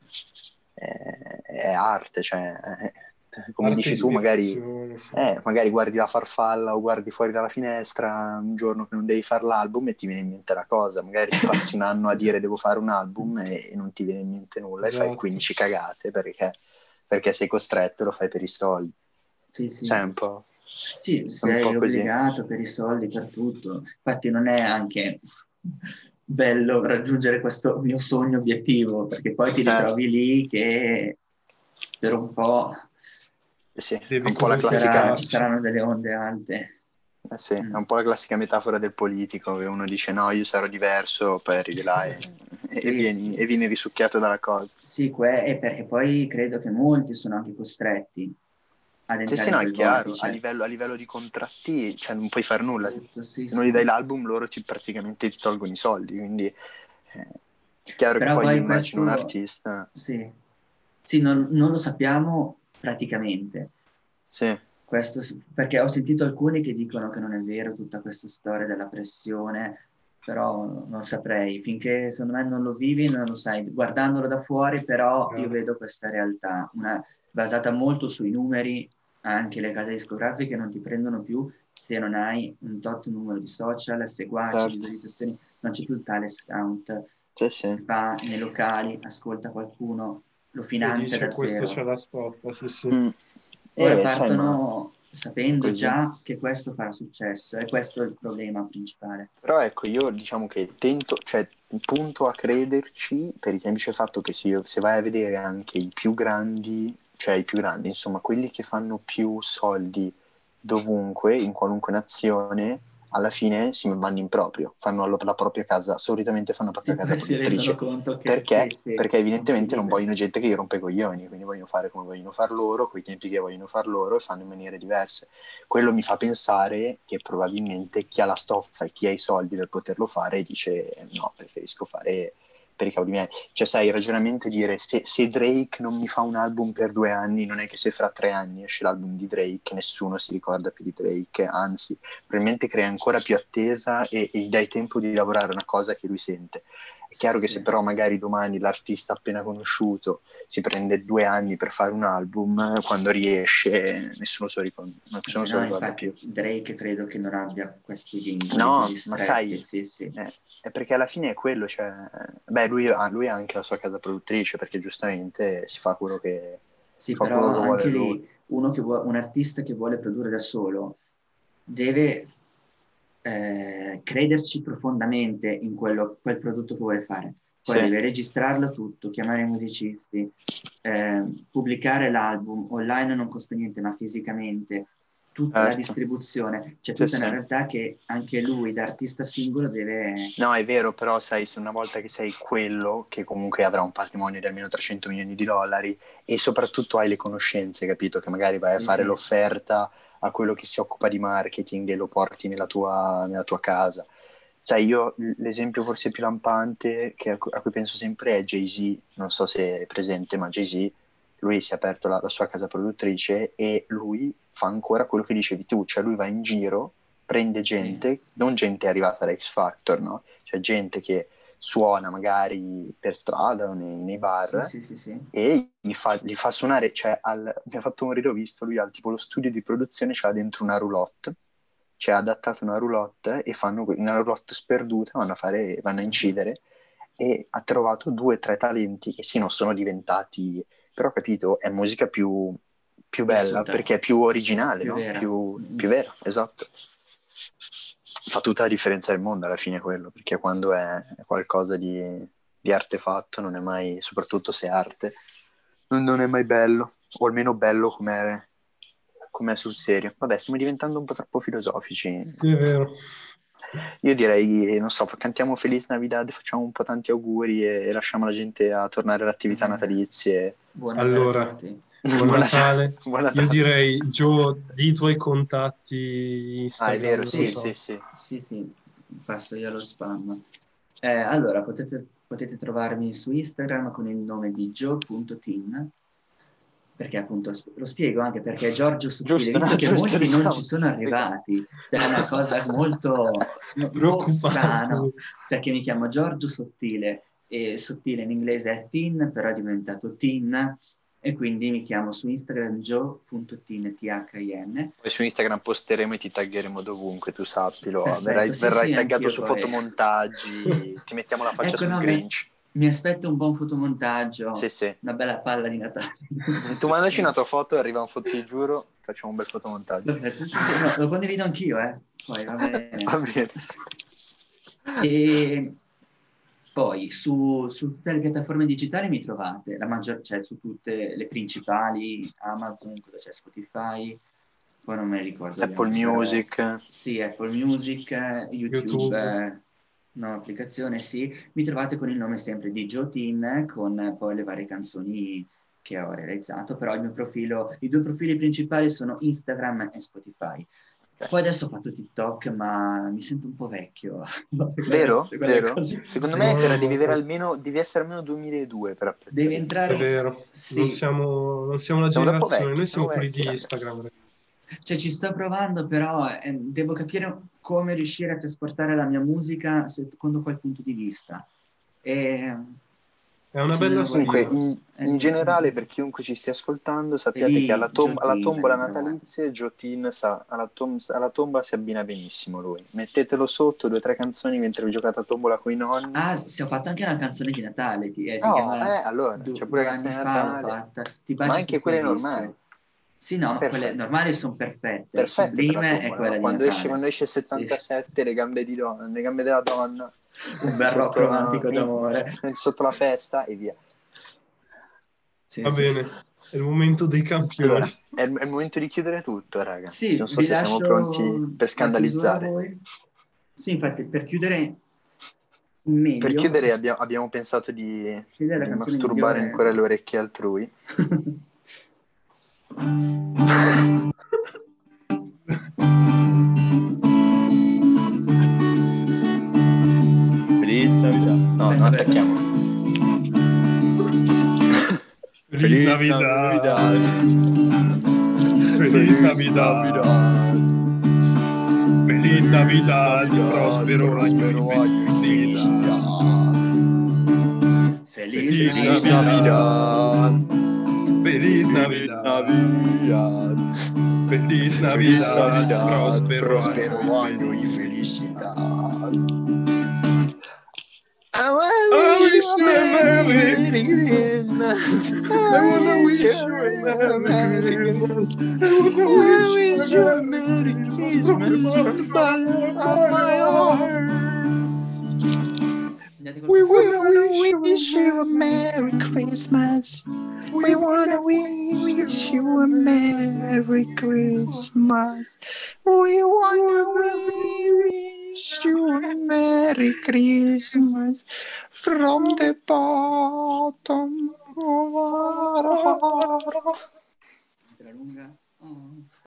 è, è arte, cioè, è- come Arte e dici tu, magari, ispirazione, sì. eh, magari guardi la farfalla o guardi fuori dalla finestra un giorno che non devi fare l'album e ti viene in mente la cosa, magari ci passi un anno a dire devo fare un album e, e non ti viene in mente nulla e fai Esatto. quindici cagate perché, perché sei costretto e lo fai per i soldi. Sì, Sai, sì. è un po', Sì, è un po' sei così. obbligato per i soldi, per tutto. Infatti non è anche bello raggiungere questo mio sogno obiettivo, perché poi ti Certo. ritrovi lì che per un po' Sì, è Devi un po' la ci, sarà- classica, ci confrontarci. saranno delle onde alte. eh sì, è Mm. un po' la classica metafora del politico, che uno dice no, io sarò diverso, poi arrivi là e, e Sì, vieni, e sì. vieni risucchiato dalla cosa. Sì, que- e perché poi credo che molti sono anche costretti ad Sì, entrare sì, in no, è quel chiaro, a vortice. livello, a livello di contratti, cioè, non puoi fare nulla. Tutto, sì, Se non gli dai sì. l'album, loro ti, praticamente ti tolgono i soldi, quindi eh, è chiaro che Però poi io poi immagino un questo, artista, sì, sì, non, non lo sappiamo praticamente. sì, Questo, sì, perché ho sentito alcuni che dicono che non è vero tutta questa storia della pressione, però non saprei. Finché secondo me non lo vivi, non lo sai. Guardandolo da fuori, però io Chiaro. vedo questa realtà, una, basata molto sui numeri. Anche le case discografiche non ti prendono più se non hai un tot numero di social, seguaci, certo, visualizzazioni, non c'è più il tale count. sì, sì. Va nei locali, ascolta qualcuno, lo E finanzia dice da questo c'è zero. la stoffa, sì, sì. Mm. Ora Eh, sai, ma partono sapendo così. già che questo farà successo e questo è il problema principale. Però ecco, io diciamo che tento, cioè punto a crederci per il semplice fatto che se, se vai a vedere anche i più grandi, cioè i più grandi, insomma, quelli che fanno più soldi dovunque, in qualunque nazione, alla fine si vanno in proprio, fanno la, la propria casa, solitamente fanno la propria Sì, casa poi si rendono produttrice. conto che Perché? sì, sì, Perché sono più evidentemente non liberi. vogliono gente che gli rompe i coglioni, quindi vogliono fare come vogliono far loro, con i tempi che vogliono far loro e fanno in maniere diverse. Quello mi fa pensare che probabilmente chi ha la stoffa e chi ha i soldi per poterlo fare dice no, preferisco fare per i cavoli miei. Cioè sai, il ragionamento è dire se, se Drake non mi fa un album per due anni, non è che se fra tre anni esce l'album di Drake nessuno si ricorda più di Drake, anzi probabilmente crea ancora più attesa e, e gli dai tempo di lavorare una cosa che lui sente. È Sì, chiaro che sì. se però magari domani l'artista appena conosciuto si prende due anni per fare un album, quando riesce nessuno se lo ricorda, nessuno Eh se lo no, ricorda più. infatti Drake credo che non abbia questi vincoli No, così ma stretti, sai, sì, sì. eh, è perché alla fine è quello, cioè, beh, lui, ha- lui ha anche la sua casa produttrice, perché giustamente si fa quello che, Sì, fa quello però che vuole anche lui. lì uno che vuole, un artista che vuole produrre da solo deve eh, crederci profondamente in quello, quel prodotto che vuole fare. Poi Sì, deve registrarlo tutto, chiamare i musicisti, eh, pubblicare l'album online non costa niente, ma fisicamente, tutta la certo, distribuzione, c'è sì, tutta una sì. realtà che anche lui, da artista singolo, deve... No, è vero, però sai, se una volta che sei quello, che comunque avrà un patrimonio di almeno trecento milioni di dollari, e soprattutto hai le conoscenze, capito? Che magari vai a Sì, fare sì, l'offerta a quello che si occupa di marketing e lo porti nella tua, nella tua casa. Sai, io l'esempio forse più lampante che a, cui, a cui penso sempre è Jay-Z, non so se è presente, ma Jay-Z, lui si è aperto la, la sua casa produttrice e lui fa ancora quello che dicevi tu, cioè lui va in giro, prende sì, gente, non gente arrivata da X Factor, no? Cioè gente che suona magari per strada o nei, nei sì, bar sì, sì, sì. e gli fa, gli fa suonare, cioè al, mi ha fatto morire, ho visto, lui ha tipo lo studio di produzione, c'ha dentro una roulotte cioè ha adattato una roulotte e fanno que- una roulotte sperduta, vanno a fare, vanno a incidere, e ha trovato due o tre talenti che sì, non sono diventati, però capito, è musica più, più bella Vissuta. perché è più originale, Più no? vera. Più, Mm. più vera, esatto. Fa tutta la differenza del mondo alla fine quello, perché quando è è qualcosa di, di artefatto non è mai, soprattutto se è arte, non, non è mai bello, o almeno bello com'è, com'è sul serio. Vabbè, stiamo diventando un po' troppo filosofici. Sì, è vero. Io direi, non so, cantiamo Feliz Navidad, facciamo un po' tanti auguri e, e lasciamo la gente a tornare alle attività Eh, natalizie. Buon Natale Allora, a tutti. buon Buon Natale. Buon Io Natale. direi, Gio, di i tuoi contatti Ah, è vero, Instagram, sì, non so. sì, sì. Sì, sì, passo io allo spam. Eh, allora, potete, potete trovarmi su Instagram con il nome di gio punto tin, perché appunto lo spiego anche perché è Giorgio Sottile, Giusto, visto no, che giusto, molti non diciamo. ci sono arrivati, cioè è una cosa molto boh, Preoccupante. strano, cioè che mi chiamo Giorgio Sottile, e Sottile in inglese è thin, però è diventato tin, e quindi mi chiamo su Instagram gio punto tin, T H I N. Poi su Instagram posteremo e ti taggeremo dovunque, tu sappilo. Perfetto, Verrai, sì, verrai sì, taggato anch'io su poi. fotomontaggi, ti mettiamo la faccia Ecco, sul no, mi, Grinch. mi aspetto un buon Sì, fotomontaggio, sì. una bella palla di Natale. Tu mandaci una tua foto, arriva un foto, ti giuro, facciamo un bel fotomontaggio. Perfetto, sì, sì, no, lo condivido anch'io, eh. Poi va bene. Va bene. E poi su, su tutte le piattaforme digitali mi trovate, la maggior, cioè su tutte le principali, Amazon, cosa c'è, Spotify, poi non me ne ricordo le Apple altre, però Music. sì, Apple Music, YouTube, YouTube. eh, no, applicazione, sì, mi trovate con il nome sempre di Jotin, con poi le varie canzoni che ho realizzato, però il mio profilo, i due profili principali sono Instagram e Spotify. Poi adesso ho fatto TikTok, ma mi sento un po' vecchio. Vero? Quelle Vero? cose. Secondo Sì. me No, però no, devi ma avere poi- almeno, devi essere almeno duemiladue per Devi apprezzare entrare... È vero, Sì. non siamo, non siamo la Siamo troppo generazione, vecchi, noi siamo siamo quelli vecchi, di raga. Instagram, ragazzi. Cioè ci sto provando, però eh, devo capire come riuscire a trasportare la mia musica secondo quel punto di vista. E È una ce ne bella Comunque, sfida. in, Eh, in generale, per chiunque ci stia ascoltando, E sappiate che alla, lì tom- alla Jotin tombola mi trovate. natalizia Jotin sa, alla, tom- alla tomba si abbina benissimo lui. Mettetelo sotto due o tre canzoni mentre vi giocate a tombola con i nonni. Ah, sì, ho fatto anche una canzone di Natale, ti- eh, si No, chiama eh, allora, du- c'è pure due la anni canzone di fa l'ho Natale, fatta, Ti ma bacio anche su quel quelle normali. disco. Sì, no, ma quelle Perfetto. normali sono perfette, Perfette per la sublime è tombola, quella no? di Quando esce, Natale. quando esce il Sì. settantasette, le gambe, di donna, le gambe della donna, Un metti bel rock sotto, romantico metti d'amore. sotto la festa e via. Sì, Va sì. bene, è il momento dei campioni. Allora, è il, è il momento di chiudere tutto, raga. Sì, Non so vi se siamo pronti lascio per la chiusura a scandalizzare. voi. Sì, infatti, per chiudere Per meglio, chiudere abbia- abbiamo pensato di, chiudere la di canzone masturbare migliore. ancora le orecchie altrui. Feliz Navidad. No, non attacchiamo. Feliz Navidad. Feliz Feliz Navidad. Feliz Navidad, prospero prospero año año y y felicidad. Feliz Feliz Navidad. Navidad. Feliz Feliz Navidad. Navidad. Feliz Feliz Navidad, Navidad. prospero Prospero año y año y felicidad. felicidad. I I wish wish you a you a Merry Merry Christmas. I wanna wish you a Merry Christmas. I wanna I wish you a wish you a Merry Merry Christmas from the Christmas from the bottom bottom of of my my heart. heart. We We wanna wanna wish you a wish you a Merry Merry Christmas. We We wanna wanna we wish wish you you a a Merry Merry Christmas. Christmas. We wanna Wanna we we wish you a Merry Christmas from the bottom of our heart. Lunga. Oh.